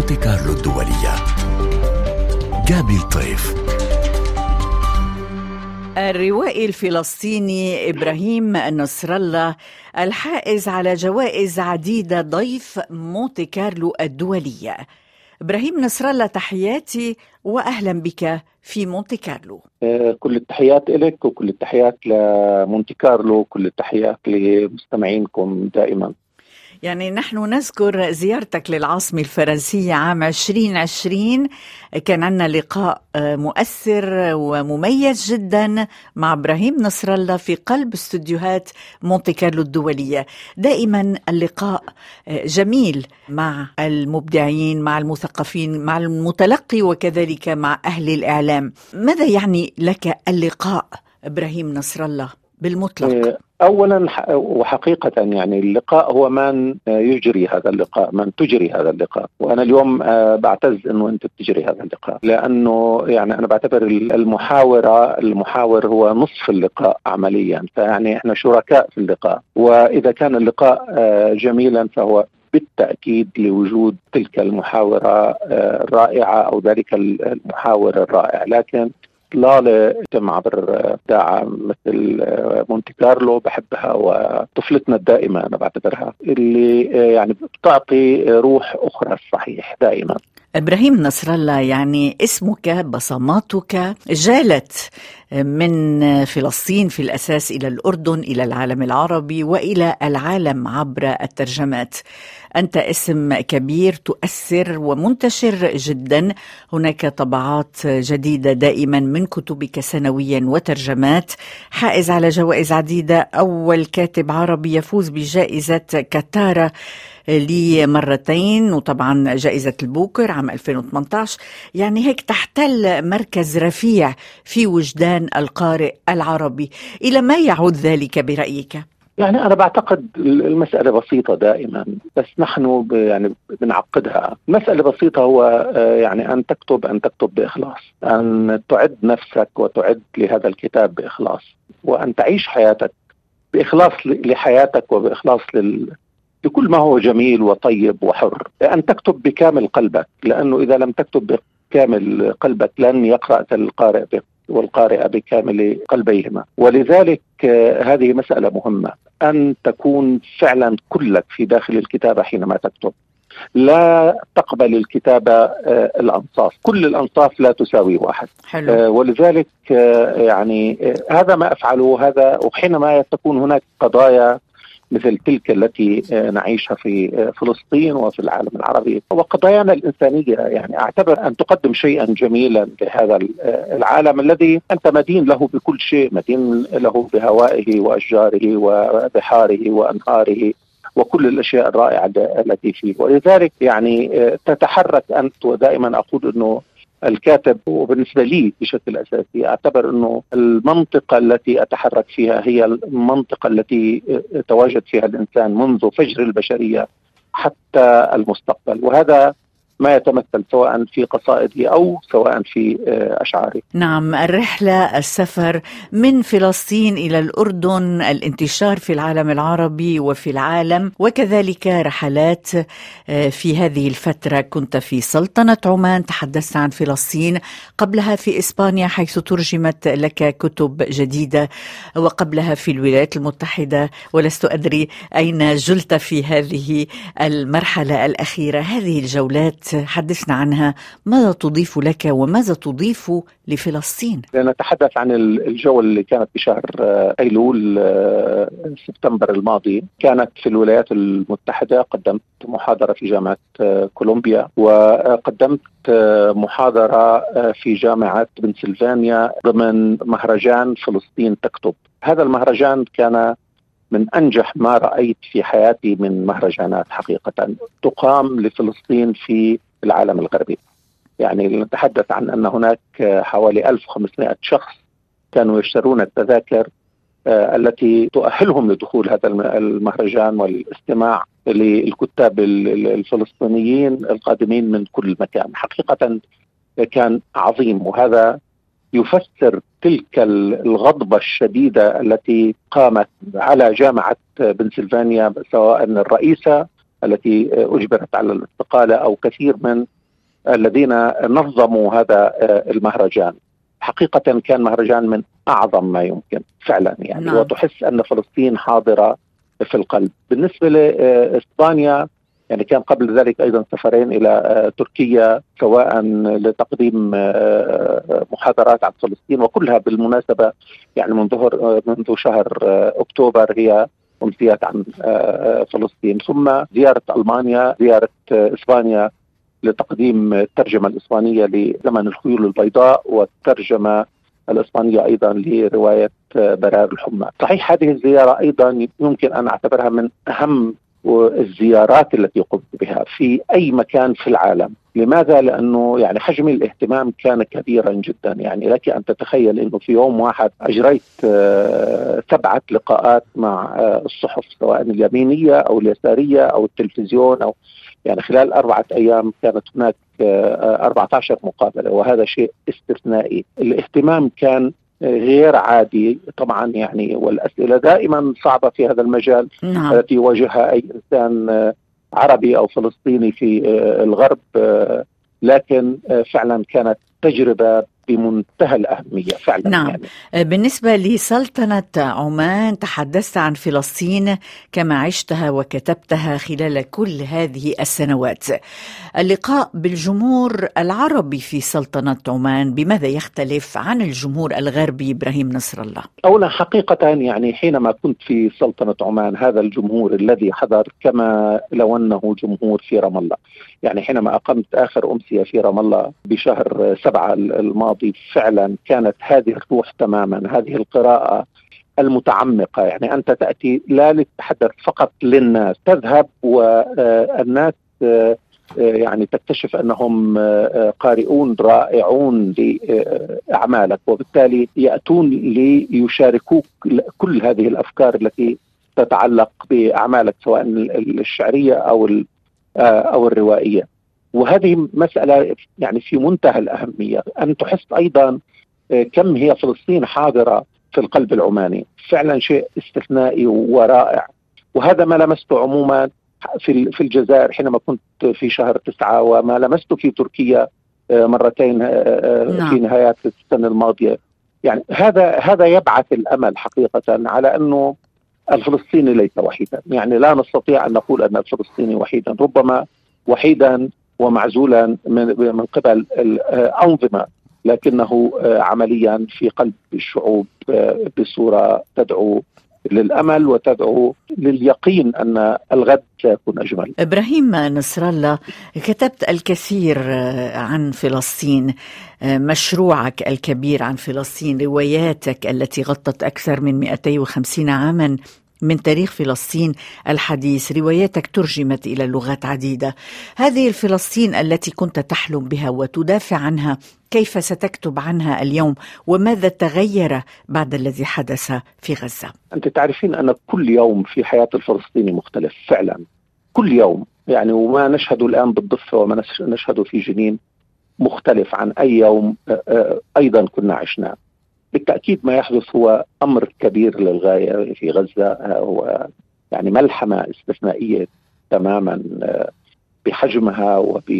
مونتي كارلو الدولية. جابي الطيف. الروائي الفلسطيني إبراهيم نصر الله الحائز على جوائز عديدة ضيف مونتي كارلو الدولية. إبراهيم نصر الله، تحياتي وأهلا بك في مونتي كارلو. كل التحيات لك وكل التحيات لمونتي كارلو وكل التحيات لمستمعينكم دائما. يعني نحن نذكر زيارتك للعاصمة الفرنسية عام 2020، كان عندنا لقاء مؤثر ومميز جدا مع إبراهيم نصر الله في قلب استوديوهات مونتي كارلو الدولية. دائما اللقاء جميل مع المبدعين، مع المثقفين، مع المتلقي، وكذلك مع أهل الإعلام. ماذا يعني لك اللقاء إبراهيم نصر الله بالمطلق؟ أولا وحقيقة يعني اللقاء هو من يجري هذا اللقاء، من تجري هذا اللقاء، وأنا اليوم بعتز أنه أنت بتجري هذا اللقاء، لأنه يعني أنا بعتبر المحاور هو نصف اللقاء عمليا، فيعني إحنا شركاء في اللقاء، وإذا كان اللقاء جميلا فهو بالتأكيد لوجود تلك المحاورة الرائعة أو ذلك المحاور الرائع. لكن لا تم عبر إذاعة مثل مونتي كارلو بحبها، وطفلتنا الدائمة أنا بعتبرها اللي يعني بتعطي روح أخرى صحيح دائما. إبراهيم نصر الله، يعني اسمك، بصماتك جالت من فلسطين في الأساس إلى الأردن، إلى العالم العربي وإلى العالم عبر الترجمات. أنت اسم كبير، تؤثر ومنتشر جدا. هناك طبعات جديدة دائما من كتبك سنويا وترجمات، حائز على جوائز عديدة، أول كاتب عربي يفوز بجائزة كتارة لمرتين، وطبعا جائزة البوكر عام 2018. يعني هيك تحتل مركز رفيع في وجدان القارئ العربي. إلى ما يعود ذلك برأيك؟ يعني أنا بعتقد المسألة بسيطة دائما، بس نحن يعني بنعقدها. المسألة بسيطة، هو يعني أن تكتب بإخلاص، أن تعد نفسك وتعد لهذا الكتاب بإخلاص، وأن تعيش حياتك بإخلاص لحياتك وبإخلاص لكل ما هو جميل وطيب وحر. أن تكتب بكامل قلبك، لأنه إذا لم تكتب بكامل قلبك لن يقرأ القارئ والقارئة بكامل قلبيهما. ولذلك هذه مسألة مهمة، أن تكون فعلا كلك في داخل الكتابة حينما تكتب. لا تقبل الكتابة الأنصاف، كل الأنصاف لا تساوي واحد. ولذلك يعني هذا ما أفعله هذا. وحينما تكون هناك قضايا مثل تلك التي نعيشها في فلسطين وفي العالم العربي وقضايانا الإنسانية، يعني أعتبر أن تقدم شيئا جميلا لهذا العالم الذي أنت مدين له بكل شيء، مدين له بهوائه وأشجاره وبحاره وأنهاره وكل الأشياء الرائعة التي فيه. ولذلك يعني تتحرك أنت، ودائما أقول أنه الكاتب، وبالنسبة لي بشكل أساسي أعتبر أنه المنطقة التي أتحرك فيها هي المنطقة التي تواجد فيها الإنسان منذ فجر البشرية حتى المستقبل، وهذا ما يتمثل سواء في قصائدي أو سواء في أشعاري. نعم، الرحلة، السفر من فلسطين إلى الأردن، الانتشار في العالم العربي وفي العالم، وكذلك رحلات في هذه الفترة. كنت في سلطنة عمان، تحدثت عن فلسطين، قبلها في إسبانيا حيث ترجمت لك كتب جديدة، وقبلها في الولايات المتحدة، ولست أدري أين جلت في هذه المرحلة الأخيرة. هذه الجولات حدثنا عنها، ماذا تضيف لك وماذا تضيف لفلسطين؟ نتحدث عن الجولة اللي كانت بشهر أيلول سبتمبر الماضي. كانت في الولايات المتحدة، قدمت محاضرة في جامعة كولومبيا، وقدمت محاضرة في جامعة بنسلفانيا ضمن مهرجان فلسطين تكتب. هذا المهرجان كان من أنجح ما رأيت في حياتي من مهرجانات حقيقة تقام لفلسطين في العالم الغربي. يعني نتحدث عن أن هناك حوالي 1500 شخص كانوا يشترون التذاكر التي تؤهلهم لدخول هذا المهرجان والاستماع للكتاب الفلسطينيين القادمين من كل مكان. حقيقة كان عظيم، وهذا يفسر تلك الغضبة الشديدة التي قامت على جامعة بنسلفانيا، سواء الرئيسة التي أجبرت على الاستقالة أو كثير من الذين نظموا هذا المهرجان. حقيقة كان مهرجان من أعظم ما يمكن فعلا يعني نعم. وتحس أن فلسطين حاضرة في القلب. بالنسبة لإسبانيا يعني كان قبل ذلك أيضا سفرين إلى تركيا سواء لتقديم محاضرات عن فلسطين، وكلها بالمناسبة يعني منذ شهر أكتوبر هي أمسيات عن فلسطين، ثم زيارة ألمانيا، زيارة إسبانيا لتقديم الترجمة الإسبانية لزمن الخيول البيضاء والترجمة الإسبانية أيضا لرواية برار الحمى. صحيح هذه الزيارة أيضا يمكن أن أعتبرها من أهم الزيارات التي قمت بها في أي مكان في العالم. لماذا؟ لأنه يعني حجم الاهتمام كان كبيرا جدا. يعني لك أن تتخيل أنه في يوم واحد أجريت 7 لقاءات مع الصحف سواء اليمينية أو اليسارية أو التلفزيون، أو يعني خلال 4 أيام كانت هناك 14 مقابلة، وهذا شيء استثنائي. الاهتمام كان غير عادي طبعا يعني، والأسئلة دائما صعبة في هذا المجال. نعم. التي يواجهها أي إنسان عربي أو فلسطيني في الغرب، لكن فعلا كانت تجربة بمنتهى الأهمية فعلا. نعم. يعني بالنسبة لسلطنة عمان تحدثت عن فلسطين كما عشتها وكتبتها خلال كل هذه السنوات. اللقاء بالجمهور العربي في سلطنة عمان بماذا يختلف عن الجمهور الغربي إبراهيم نصر الله؟ أولا حقيقة يعني حينما كنت في سلطنة عمان هذا الجمهور الذي حضر كما لو أنه جمهور في رام الله. يعني حينما أقمت آخر أمسية في رام الله بشهر 7 الماضي فعلا كانت هذه الروح تماما، هذه القراءة المتعمقة. يعني أنت تأتي لا لتتحدث فقط للناس، تذهب والناس يعني تكتشف أنهم قارئون رائعون لأعمالك، وبالتالي يأتون ليشاركوك كل هذه الأفكار التي تتعلق بأعمالك سواء الشعرية أو الروائية. وهذه مسألة يعني في منتهى الأهمية، أن تحس أيضا كم هي فلسطين حاضرة في القلب العماني. فعلا شيء استثنائي ورائع. وهذا ما لمسته عموما في الجزائر حينما كنت في شهر 9، وما لمسته في تركيا مرتين في نهاية السنة الماضية. يعني هذا يبعث الأمل حقيقة على أنه الفلسطيني ليس وحيدا. يعني لا نستطيع أن نقول أن الفلسطيني وحيدا، ربما وحيدا ومعزولا من قبل الأنظمة، لكنه عمليا في قلب الشعوب بصورة تدعو للأمل وتدعو لليقين أن الغد سيكون أجمل. إبراهيم نصر الله، كتبت الكثير عن فلسطين، مشروعك الكبير عن فلسطين، رواياتك التي غطت أكثر من 250 عاما من تاريخ فلسطين الحديث، رواياتك ترجمت إلى لغات عديدة. هذه الفلسطين التي كنت تحلم بها وتدافع عنها، كيف ستكتب عنها اليوم؟ وماذا تغير بعد الذي حدث في غزة؟ أنت تعرفين أن كل يوم في حياة الفلسطيني مختلف فعلا، كل يوم يعني. وما نشهد الآن بالضفة وما نشهد في جنين مختلف عن أي يوم أيضا كنا عشناه. بالتأكيد ما يحدث هو أمر كبير للغاية في غزة، هو يعني ملحمة استثنائية تماما بحجمها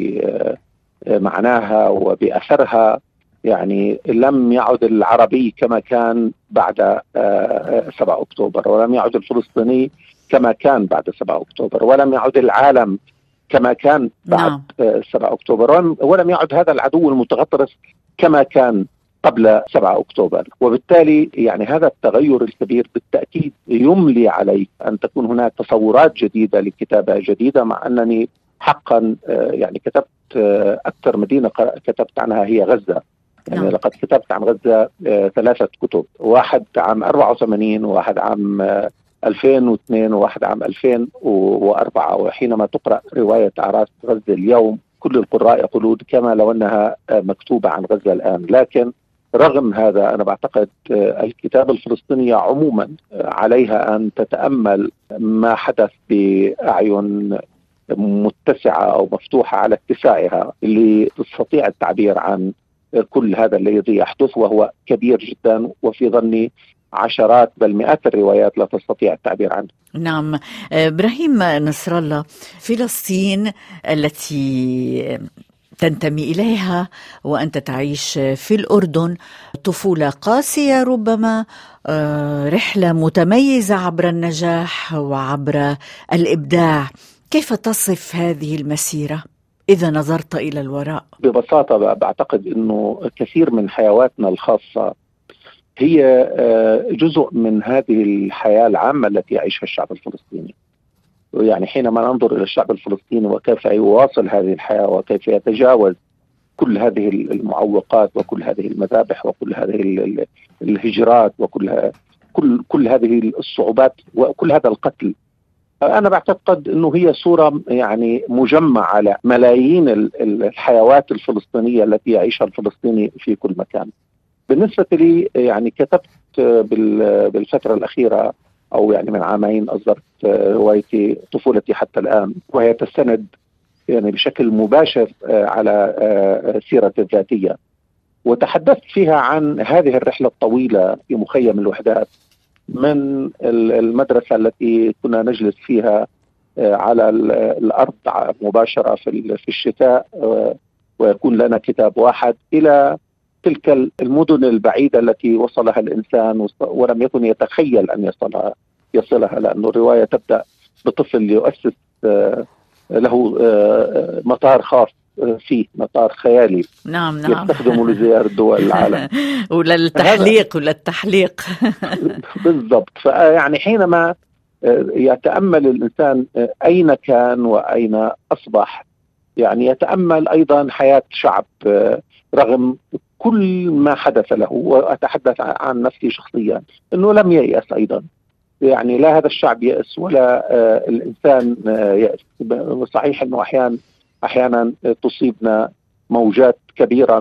وبمعناها وبأثرها. يعني لم يعد العربي كما كان بعد 7 أكتوبر، ولم يعد الفلسطيني كما كان بعد 7 أكتوبر، ولم يعد العالم كما كان بعد 7 أكتوبر، ولم يعد هذا العدو المتغطرس كما كان قبل 7 أكتوبر. وبالتالي يعني هذا التغير الكبير بالتأكيد يملي عليك أن تكون هناك تصورات جديدة لكتابة جديدة، مع أنني حقا يعني كتبت أكثر مدينة كتبت عنها هي غزة. يعني لقد كتبت عن غزة 3 كتب، واحد عام 84 وواحد عام 2002 وواحد عام 2004. وحينما تقرأ رواية أعراس غزة اليوم كل القراء يقولون كما لو أنها مكتوبة عن غزة الآن. لكن رغم هذا أنا بعتقد الكتابة الفلسطينية عموما عليها أن تتأمل ما حدث بأعين متسعة أو مفتوحة على اتساعها، اللي تستطيع التعبير عن كل هذا الذي يحدث وهو كبير جدا. وفي ظني عشرات بل مئات الروايات لا تستطيع التعبير عنها. نعم. إبراهيم نصر الله، فلسطين التي تنتمي إليها وأنت تعيش في الأردن، طفولة قاسية ربما، رحلة متميزة عبر النجاح وعبر الإبداع. كيف تصف هذه المسيرة إذا نظرت إلى الوراء؟ ببساطة بعتقد أنه كثير من حيواتنا الخاصة هي جزء من هذه الحياة العامة التي يعيشها الشعب الفلسطيني. يعني حينما ننظر إلى الشعب الفلسطيني وكيف يواصل هذه الحياة وكيف يتجاوز كل هذه المعوقات وكل هذه المذابح وكل هذه الهجرات وكل كل هذه الصعوبات وكل هذا القتل، أنا بعتقد أنه هي صورة يعني مجمعة على ملايين الحيوات الفلسطينية التي يعيشها الفلسطيني في كل مكان. بالنسبة لي يعني كتبت بالفترة الأخيرة أو يعني من عامين أصدرت روايتي طفولتي حتى الآن، وهي تستند يعني بشكل مباشر على سيرتي الذاتية، وتحدثت فيها عن هذه الرحلة الطويلة في مخيم الوحدات، من المدرسة التي كنا نجلس فيها على الأرض مباشرة في الشتاء ويكون لنا كتاب واحد، إلى تلك المدن البعيدة التي وصلها الإنسان ولم يكن يتخيل أن يصلها، لأن الرواية تبدأ بطفل يؤسس له مطار خاص فيه، مطار خيالي. نعم يستخدمه لزيارة دول العالم وللتحليق بالضبط. فيعني حينما يتأمل الإنسان أين كان وأين أصبح، يعني يتأمل أيضا حياة شعب رغم كل ما حدث له. وأتحدث عن نفسي شخصيا أنه لم ييأس أيضا، يعني لا هذا الشعب يأس ولا الإنسان يأس. صحيح أنه أحيانا تصيبنا موجات كبيرة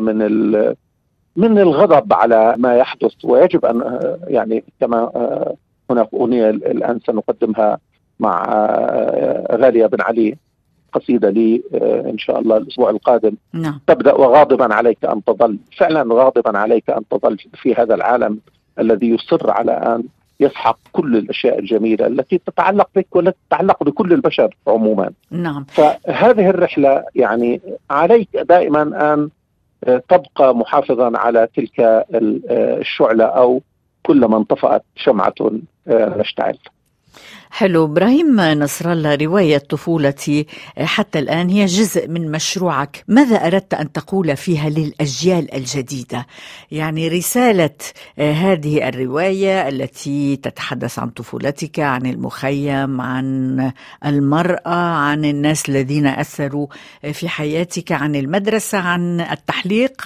من الغضب على ما يحدث، ويجب أن يعني كما هناك أغنية الآن سنقدمها مع غالية بن علي، قصيدة لي إن شاء الله الأسبوع القادم. تبدأ وغاضبا عليك أن تظل، فعلا غاضبا عليك أن تظل في هذا العالم الذي يصر على أن يسحق كل الأشياء الجميلة التي تتعلق بك والتي تتعلق بكل البشر عموما. نعم. فهذه الرحلة يعني عليك دائما أن تبقى محافظا على تلك الشعلة، أو كلما انطفأت شمعة نشتعل. حلو. إبراهيم نصر الله، رواية طفولتي حتى الآن هي جزء من مشروعك. ماذا أردت أن تقول فيها للأجيال الجديدة؟ يعني رسالة هذه الرواية التي تتحدث عن طفولتك، عن المخيم، عن المرأة، عن الناس الذين أثروا في حياتك، عن المدرسة، عن التحليق،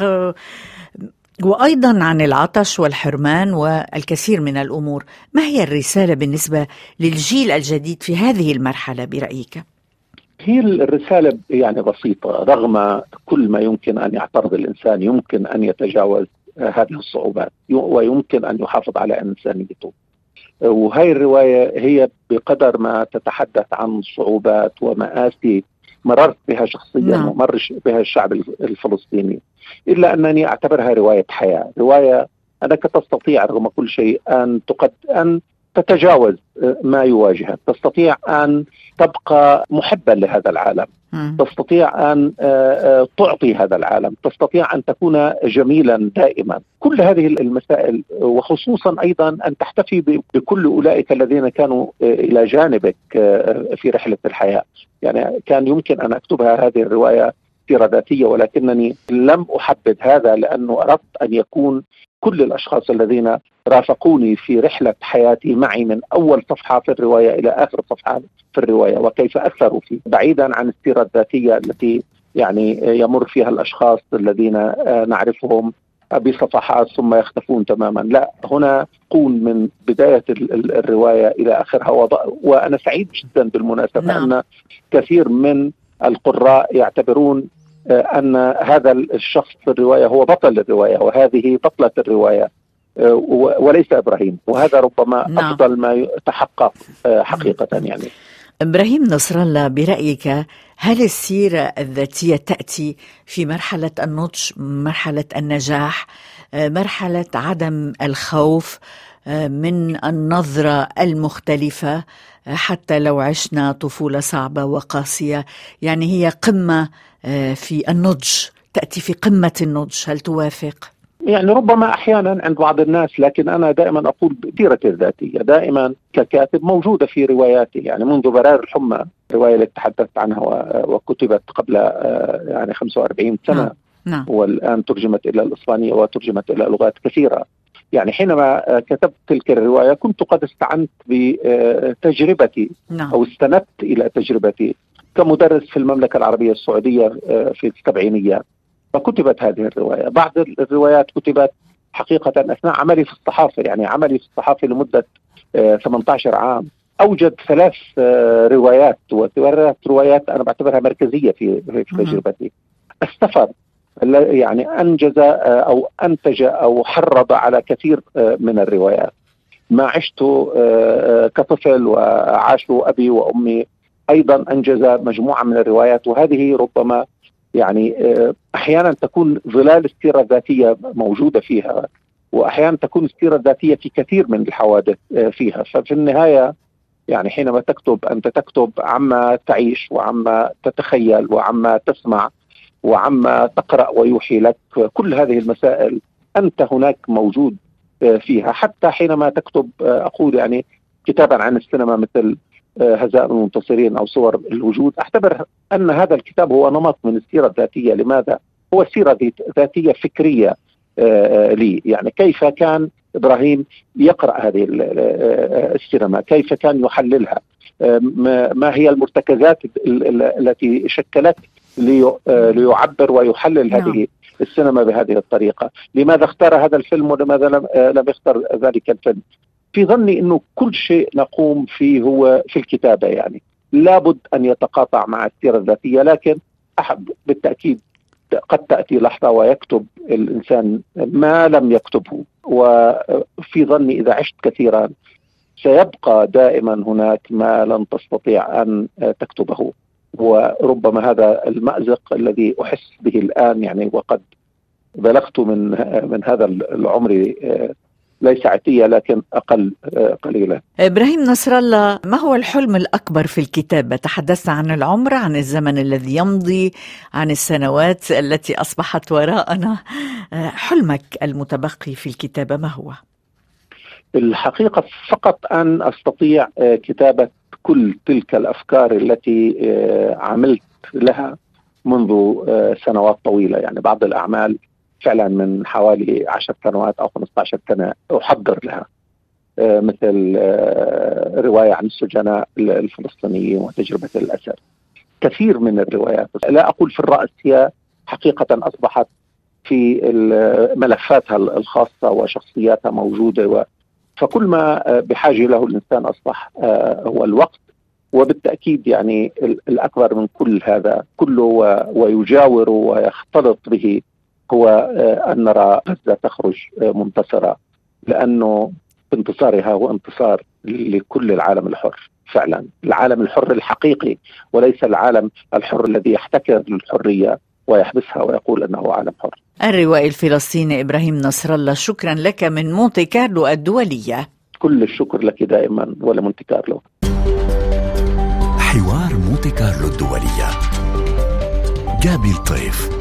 وأيضا عن العطش والحرمان والكثير من الأمور. ما هي الرسالة بالنسبة للجيل الجديد في هذه المرحلة برأيك؟ هي الرسالة يعني بسيطة، رغم كل ما يمكن أن يعترض الإنسان يمكن أن يتجاوز هذه الصعوبات ويمكن أن يحافظ على إنسانيته. وهي الرواية هي بقدر ما تتحدث عن صعوبات ومآسي مررت بها شخصيا ومر بها الشعب الفلسطيني، إلا أنني أعتبرها رواية حياة، رواية أنك تستطيع رغم كل شيء أن تتجاوز ما يواجهك، تستطيع أن تبقى محبا لهذا العالم، تستطيع أن تعطي هذا العالم، تستطيع أن تكون جميلا دائما. كل هذه المسائل، وخصوصا أيضا أن تحتفي بكل أولئك الذين كانوا إلى جانبك في رحلة الحياة. يعني كان يمكن أن أكتبها هذه الرواية سيرة ذاتية، ولكنني لم أحدد هذا، لأنه أردت أن يكون كل الأشخاص الذين رافقوني في رحلة حياتي معي من أول صفحة في الرواية إلى آخر صفحة في الرواية، وكيف أثروا فيه، بعيدا عن السيرة الذاتية التي يعني يمر فيها الأشخاص الذين نعرفهم بصفحات ثم يختفون تماما. لا، هنا قول من بداية الرواية إلى آخرها. وأنا سعيد جدا بالمناسبة أن كثير من القراء يعتبرون أن هذا الشخص في الرواية هو بطل الرواية وهذه بطلة الرواية وليس إبراهيم، وهذا ربما أفضل ما يتحقق حقيقة. يعني إبراهيم نصر الله، برأيك هل السيرة الذاتية تأتي في مرحلة النضج، مرحلة النجاح، مرحلة عدم الخوف، من النظرة المختلفة حتى لو عشنا طفولة صعبة وقاسية. يعني هي قمة في النضج، تأتي في قمة النضج. هل توافق؟ يعني ربما أحيانا عند بعض الناس، لكن أنا دائما أقول سيرتي الذاتية دائما ككاتب موجودة في رواياتي. يعني منذ برار الحمى، الرواية اللي تحدثت عنها وكتبت قبل يعني 45 سنة، نعم. والآن ترجمت إلى الإسبانية وترجمت إلى لغات كثيرة. يعني حينما كتبت تلك الرواية كنت قد استعنت بتجربتي، نعم. أو استندت إلى تجربتي كمدرس في المملكة العربية السعودية في السبعينيات، فكتبت هذه الرواية. بعض الروايات كتبت حقيقة أثناء عملي في الصحافة. يعني عملي في الصحافة لمدة 18 عام أوجد 3 روايات، وثلاث روايات أنا بعتبرها مركزية في تجربتي. السفر يعني أنجز أو أنتج أو حرض على كثير من الروايات. ما عشته كطفل وعاشوا أبي وأمي أيضا أنجز مجموعة من الروايات، وهذه ربما يعني أحيانا تكون ظلال السيرة الذاتية موجودة فيها، وأحيانا تكون السيرة الذاتية في كثير من الحوادث فيها. ففي النهاية يعني حينما تكتب أنت تكتب عما تعيش وعما تتخيل وعما تسمع وعما تقرأ ويوحي لك. كل هذه المسائل أنت هناك موجود فيها. حتى حينما تكتب أقول يعني كتابا عن السينما مثل هزائم المنتصرين أو صور الوجود، أعتبر أن هذا الكتاب هو نمط من السيرة الذاتية. لماذا؟ هو سيرة ذاتية فكرية لي. يعني كيف كان إبراهيم يقرأ هذه السينما، كيف كان يحللها، ما هي المرتكزات التي شكلت ليعبر ويحلل هذه السينما بهذه الطريقة. لماذا اختار هذا الفيلم ولماذا لم يختار ذلك الفيلم؟ في ظني أنه كل شيء نقوم فيه هو في الكتابة يعني لابد أن يتقاطع مع السيرة الذاتية، لكن بالتأكيد قد تأتي لحظة ويكتب الإنسان ما لم يكتبه. وفي ظني إذا عشت كثيرا سيبقى دائما هناك ما لن تستطيع أن تكتبه. وربما هذا المأزق الذي أحس به الآن، يعني وقد بلغت من هذا العمر ليس عتية لكن أقل قليلا. إبراهيم نصر الله، ما هو الحلم الأكبر في الكتابة؟ تحدثت عن العمر، عن الزمن الذي يمضي، عن السنوات التي أصبحت وراءنا. حلمك المتبقي في الكتابة ما هو؟ الحقيقة فقط أن أستطيع كتابة كل تلك الأفكار التي عملت لها منذ سنوات طويلة. يعني بعض الأعمال فعلا من حوالي 10 سنوات أو 15 سنة أحضر لها، مثل رواية عن السجناء الفلسطينيين وتجربة الأسر. كثير من الروايات، لا أقول في الرأس، هي حقيقة أصبحت في ملفاتها الخاصة وشخصياتها موجودة. فكل ما بحاجة له الإنسان أصبح هو الوقت. وبالتأكيد يعني الأكبر من كل هذا كله ويجاور ويختلط به هو أن نرى غزة تخرج منتصرة، لأنه انتصارها هو انتصار لكل العالم الحر، فعلا العالم الحر الحقيقي، وليس العالم الحر الذي يحتكر للحرية ويحبسها ويقول أنه عالم حر. الروائي الفلسطيني إبراهيم نصر الله، شكرا لك من مونتي كارلو الدولية. كل الشكر لك دائما ولمونتي كارلو. حوار مونتي كارلو الدولية، جابي الطيف.